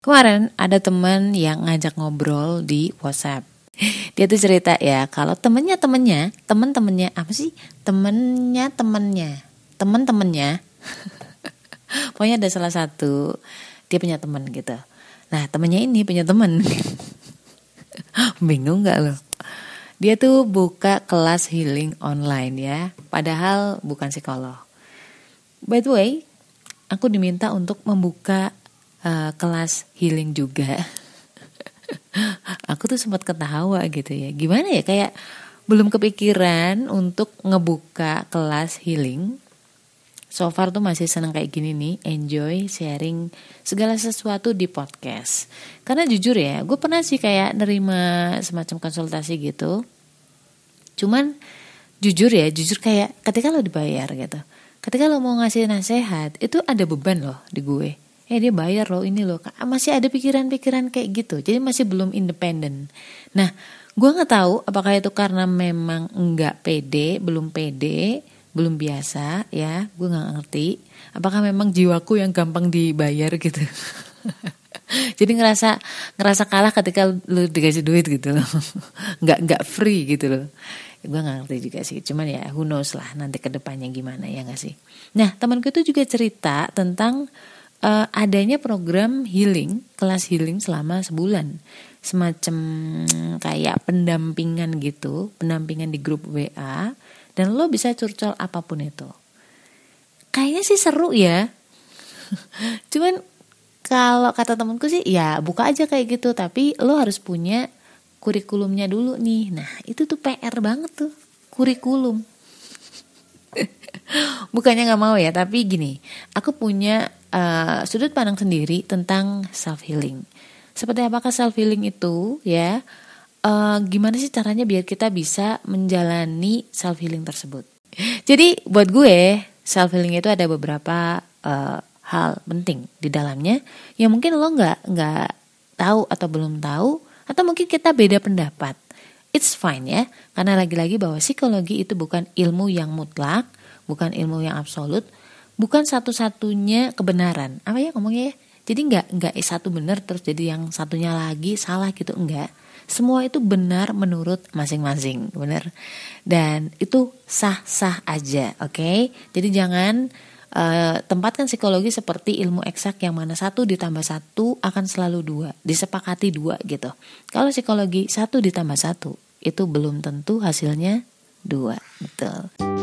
Kemarin ada teman yang ngajak ngobrol di WhatsApp. Dia tuh cerita ya, kalau temen-temennya, pokoknya ada salah satu, dia punya temen gitu. Nah temennya ini punya temen, bingung gak lo? Dia tuh buka kelas healing online ya, padahal bukan psikolog. By the way, aku diminta untuk membuka kelas healing juga. Aku tuh sempat ketawa gitu ya. Gimana ya, kayak belum kepikiran untuk ngebuka kelas healing. So far tuh masih seneng kayak gini nih, enjoy sharing segala sesuatu di podcast. Karena jujur ya, gue pernah sih kayak nerima semacam konsultasi gitu. Cuman jujur kayak ketika lo dibayar gitu, ketika lo mau ngasih nasihat, itu ada beban loh di gue. Dia bayar loh ini loh, masih ada pikiran-pikiran kayak gitu, jadi masih belum independen. Nah, gue nggak tahu apakah itu karena memang nggak pede, belum biasa ya, gue nggak ngerti. Apakah memang jiwaku yang gampang dibayar gitu? Jadi ngerasa kalah ketika lu dikasih duit gitu loh, nggak free gitu loh. Gue nggak ngerti juga sih, cuman ya who knows lah nanti kedepannya gimana ya nggak sih. Nah temanku itu juga cerita tentang adanya program healing, kelas healing selama sebulan, semacam kayak pendampingan gitu, pendampingan di grup WA, dan lo bisa curcol apapun itu. Kayaknya sih seru ya. Cuman kalau kata temanku sih ya buka aja kayak gitu, tapi lo harus punya kurikulumnya dulu nih. Nah itu tuh PR banget tuh, kurikulum. Bukannya gak mau ya, tapi gini, aku punya sudut pandang sendiri tentang self healing. Seperti apakah self healing itu ya, gimana sih caranya biar kita bisa menjalani self healing tersebut. Jadi buat gue self healing itu ada beberapa hal penting di dalamnya yang mungkin lo nggak tahu atau belum tahu, atau mungkin kita beda pendapat. It's fine ya, karena lagi-lagi bahwa psikologi itu bukan ilmu yang mutlak, bukan ilmu yang absolut, bukan satu-satunya kebenaran. Apa ya ngomongnya ya? Jadi nggak satu benar terus jadi yang satunya lagi salah gitu, enggak. Semua itu benar menurut masing-masing, benar. Dan itu sah-sah aja, oke? Jadi jangan tempatkan psikologi seperti ilmu eksak yang mana 1 ditambah 1 akan selalu 2, disepakati 2 gitu. Kalau psikologi 1 ditambah 1 itu belum tentu hasilnya 2, betul.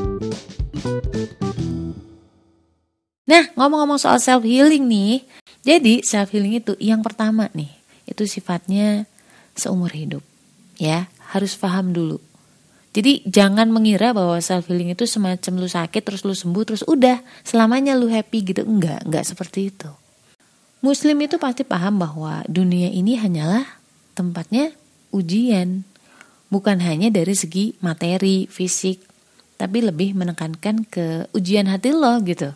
Nah, ngomong-ngomong soal self healing nih, jadi self healing itu yang pertama nih, itu sifatnya seumur hidup, ya harus paham dulu. Jadi jangan mengira bahwa self healing itu semacam lu sakit terus lu sembuh terus udah selamanya lu happy gitu, enggak seperti itu. Muslim itu pasti paham bahwa dunia ini hanyalah tempatnya ujian, bukan hanya dari segi materi, fisik, tapi lebih menekankan ke ujian hati lo gitu.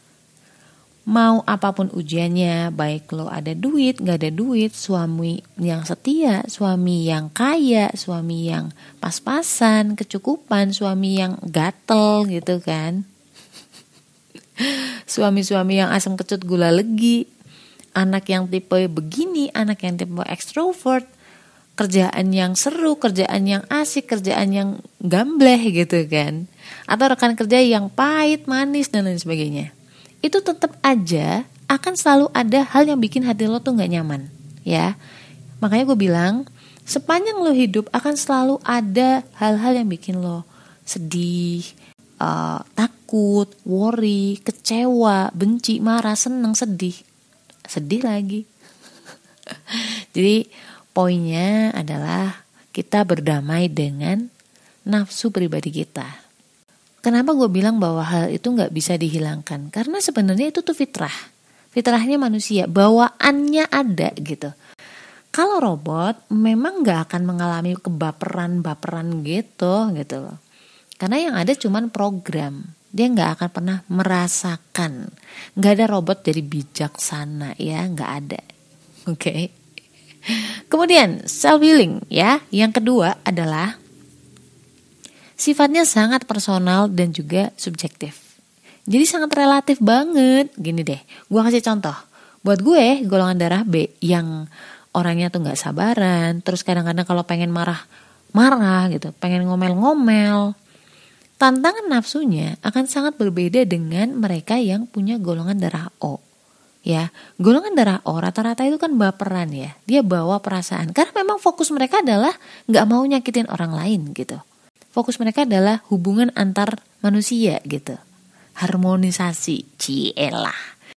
Mau apapun ujiannya, baik lo ada duit, gak ada duit, suami yang setia, suami yang kaya, suami yang pas-pasan, kecukupan, suami yang gatel gitu kan. Suami-suami yang asam kecut gula legi, anak yang tipe begini, anak yang tipe extrovert, kerjaan yang seru, kerjaan yang asik, kerjaan yang gambleh gitu kan. Atau rekan kerja yang pahit, manis dan lain sebagainya. Itu tetap aja akan selalu ada hal yang bikin hati lo tuh gak nyaman ya. Makanya gue bilang sepanjang lo hidup akan selalu ada hal-hal yang bikin lo sedih, takut, worry, kecewa, benci, marah, seneng, sedih lagi. Jadi poinnya adalah kita berdamai dengan nafsu pribadi kita. Kenapa gue bilang bahwa hal itu gak bisa dihilangkan? Karena sebenarnya itu tuh fitrahnya manusia, bawaannya ada gitu. Kalau robot memang gak akan mengalami kebaperan gitu loh. Karena yang ada cuman program, dia gak akan pernah merasakan. Gak ada robot jadi bijaksana ya, gak ada. Oke. Kemudian self healing ya, yang kedua adalah sifatnya sangat personal dan juga subjektif. Jadi sangat relatif banget. Gini deh, gue kasih contoh. Buat gue golongan darah B yang orangnya tuh gak sabaran, terus kadang-kadang kalau pengen marah gitu, pengen ngomel-ngomel, tantangan nafsunya akan sangat berbeda dengan mereka yang punya golongan darah O. Ya, golongan darah O rata-rata itu kan baperan ya. Dia bawa perasaan karena memang fokus mereka adalah gak mau nyakitin orang lain gitu. Fokus mereka adalah hubungan antar manusia gitu. Harmonisasi, cielah.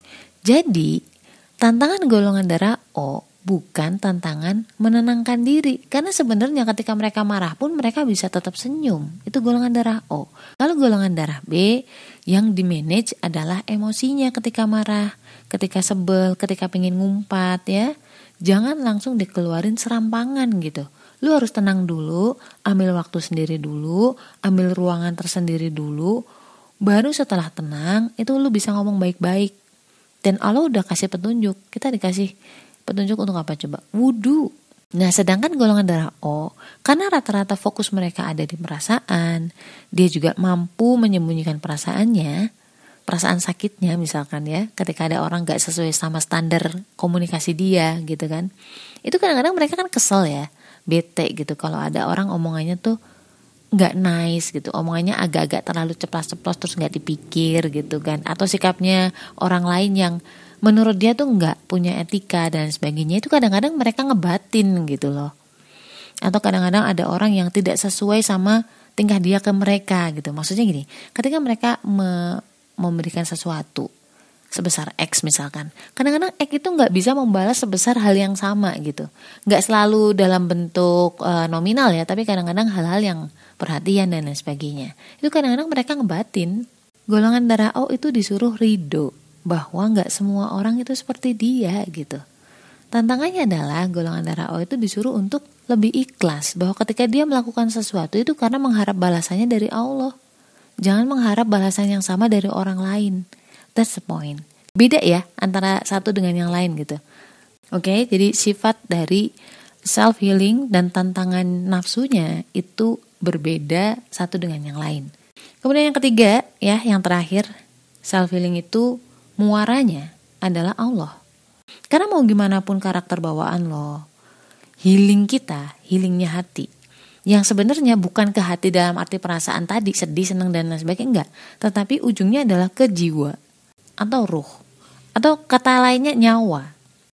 Jadi, tantangan golongan darah O bukan tantangan menenangkan diri. Karena sebenarnya ketika mereka marah pun mereka bisa tetap senyum. Itu golongan darah O. Kalau golongan darah B yang di-manage adalah emosinya ketika marah, ketika sebel, ketika pengen ngumpat ya. Jangan langsung dikeluarin serampangan gitu. Lu harus tenang dulu, ambil waktu sendiri dulu, ambil ruangan tersendiri dulu. Baru setelah tenang itu lu bisa ngomong baik-baik. Dan Allah udah kasih petunjuk. Kita dikasih petunjuk untuk apa coba? Wudu. Nah sedangkan golongan darah O, karena rata-rata fokus mereka ada di perasaan, dia juga mampu menyembunyikan perasaannya, perasaan sakitnya misalkan ya, ketika ada orang gak sesuai sama standar komunikasi dia gitu kan. Itu kadang-kadang mereka kan kesel ya, bete gitu kalau ada orang omongannya tuh gak nice gitu, omongannya agak-agak terlalu ceplas-ceplos terus gak dipikir gitu kan, atau sikapnya orang lain yang menurut dia tuh nggak punya etika dan sebagainya, itu kadang-kadang mereka ngebatin gitu loh. Atau kadang-kadang ada orang yang tidak sesuai sama tingkah dia ke mereka gitu. Maksudnya gini, ketika mereka memberikan sesuatu sebesar X misalkan, kadang-kadang X itu nggak bisa membalas sebesar hal yang sama gitu. Nggak selalu dalam bentuk nominal ya, tapi kadang-kadang hal-hal yang perhatian dan lain sebagainya. Itu kadang-kadang mereka ngebatin. Golongan darah O itu disuruh ridho bahwa gak semua orang itu seperti dia gitu. Tantangannya adalah golongan darah O itu disuruh untuk lebih ikhlas bahwa ketika dia melakukan sesuatu itu karena mengharap balasannya dari Allah. Jangan mengharap balasan yang sama dari orang lain. That's the point. Beda ya antara satu dengan yang lain gitu. Oke, jadi sifat dari self healing dan tantangan nafsunya itu berbeda satu dengan yang lain. Kemudian yang ketiga ya, yang terakhir, self healing itu muaranya adalah Allah. Karena mau gimana pun karakter bawaan lo, healing kita, healingnya hati. Yang sebenarnya bukan ke hati dalam arti perasaan tadi, sedih, senang dan lain sebagainya, enggak. Tetapi ujungnya adalah ke jiwa atau ruh. Atau kata lainnya nyawa.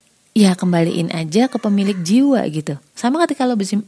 Ya kembaliin aja ke pemilik jiwa gitu. Sama ketika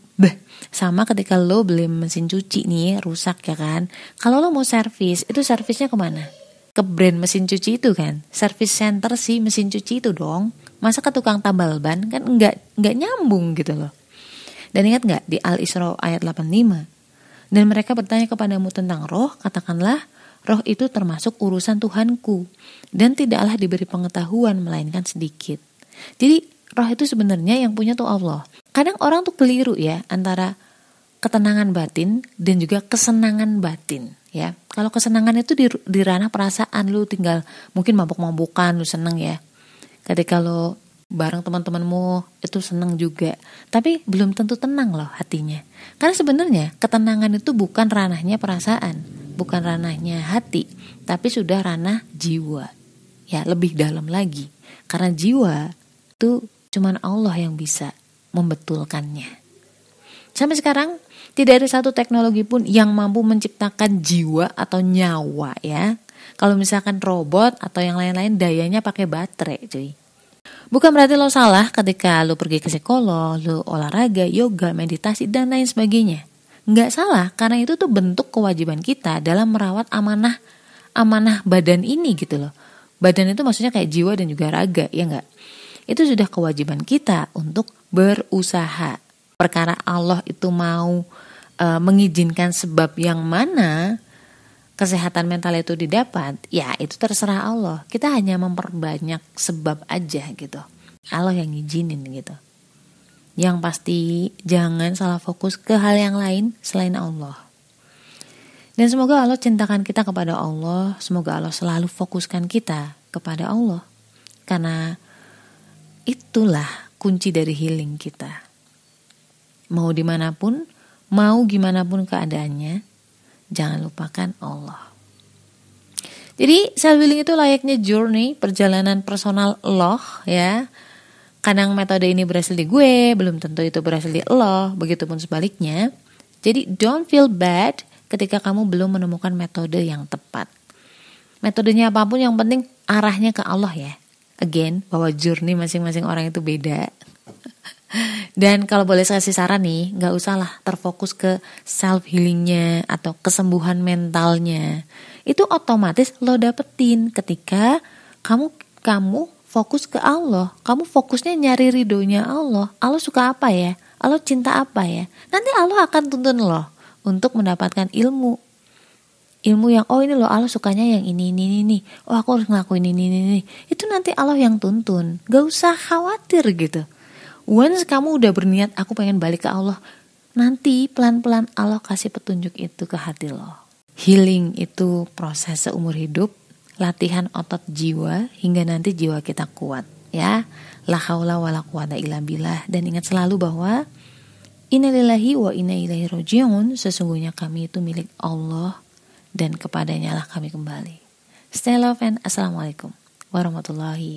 lo beli mesin cuci nih, rusak ya kan. Kalau lo mau servis, itu servisnya kemana? Ke brand mesin cuci itu kan, service center si mesin cuci itu dong. Masa ke tukang tambal ban kan enggak nyambung gitu loh. Dan ingat enggak di Al-Isra ayat 85? Dan mereka bertanya kepadamu tentang roh, katakanlah roh itu termasuk urusan Tuhanku dan tidaklah diberi pengetahuan melainkan sedikit. Jadi roh itu sebenarnya yang punya tuh Allah. Kadang orang tuh keliru ya antara ketenangan batin dan juga kesenangan batin. Ya, kalau kesenangan itu di ranah perasaan, lu tinggal mungkin mabuk-mabukan, lu seneng ya. Ketika lu bareng teman-temanmu itu seneng juga, tapi belum tentu tenang loh hatinya. Karena sebenarnya ketenangan itu bukan ranahnya perasaan, bukan ranahnya hati, tapi sudah ranah jiwa. Ya, lebih dalam lagi. Karena jiwa itu cuman Allah yang bisa membetulkannya. Sampai sekarang tidak ada satu teknologi pun yang mampu menciptakan jiwa atau nyawa ya. Kalau misalkan robot atau yang lain-lain dayanya pakai baterai cuy. Bukan berarti lo salah ketika lo pergi ke psikolog, lo olahraga, yoga, meditasi dan lain sebagainya. Nggak salah karena itu tuh bentuk kewajiban kita dalam merawat amanah badan ini gitu loh. Badan itu maksudnya kayak jiwa dan juga raga ya nggak? Itu sudah kewajiban kita untuk berusaha. Perkara Allah itu mau mengizinkan sebab yang mana kesehatan mental itu didapat, ya itu terserah Allah. Kita hanya memperbanyak sebab aja gitu. Allah yang ngizinin gitu. Yang pasti jangan salah fokus ke hal yang lain selain Allah. Dan semoga Allah cintakan kita kepada Allah. Semoga Allah selalu fokuskan kita kepada Allah. Karena itulah kunci dari healing kita. Mau dimanapun, mau gimana pun keadaannya, jangan lupakan Allah. Jadi self healing itu layaknya journey, perjalanan personal lo ya. Kadang metode ini berhasil di gue, belum tentu itu berhasil di lo, begitupun sebaliknya. Jadi don't feel bad ketika kamu belum menemukan metode yang tepat. Metodenya apapun yang penting arahnya ke Allah ya. Again, bahwa journey masing-masing orang itu beda. Dan kalau boleh saya kasih saran nih, gak usah lah terfokus ke self healingnya atau kesembuhan mentalnya. Itu otomatis lo dapetin ketika kamu fokus ke Allah. Kamu fokusnya nyari ridhonya Allah. Allah suka apa ya? Allah cinta apa ya? Nanti Allah akan tuntun lo untuk mendapatkan ilmu yang ini loh Allah sukanya yang ini. Oh aku harus ngelakuin ini. Itu nanti Allah yang tuntun. Gak usah khawatir gitu. Once kamu udah berniat aku pengen balik ke Allah, nanti pelan-pelan Allah kasih petunjuk itu ke hati lo. Healing itu proses seumur hidup, latihan otot jiwa hingga nanti jiwa kita kuat ya. La haula wala quwata illa billah. Dan ingat selalu bahwa innalillahi wa inna ilaihi raji'un, sesungguhnya kami itu milik Allah dan kepadanya lah kami kembali. Stay love and assalamualaikum warahmatullahi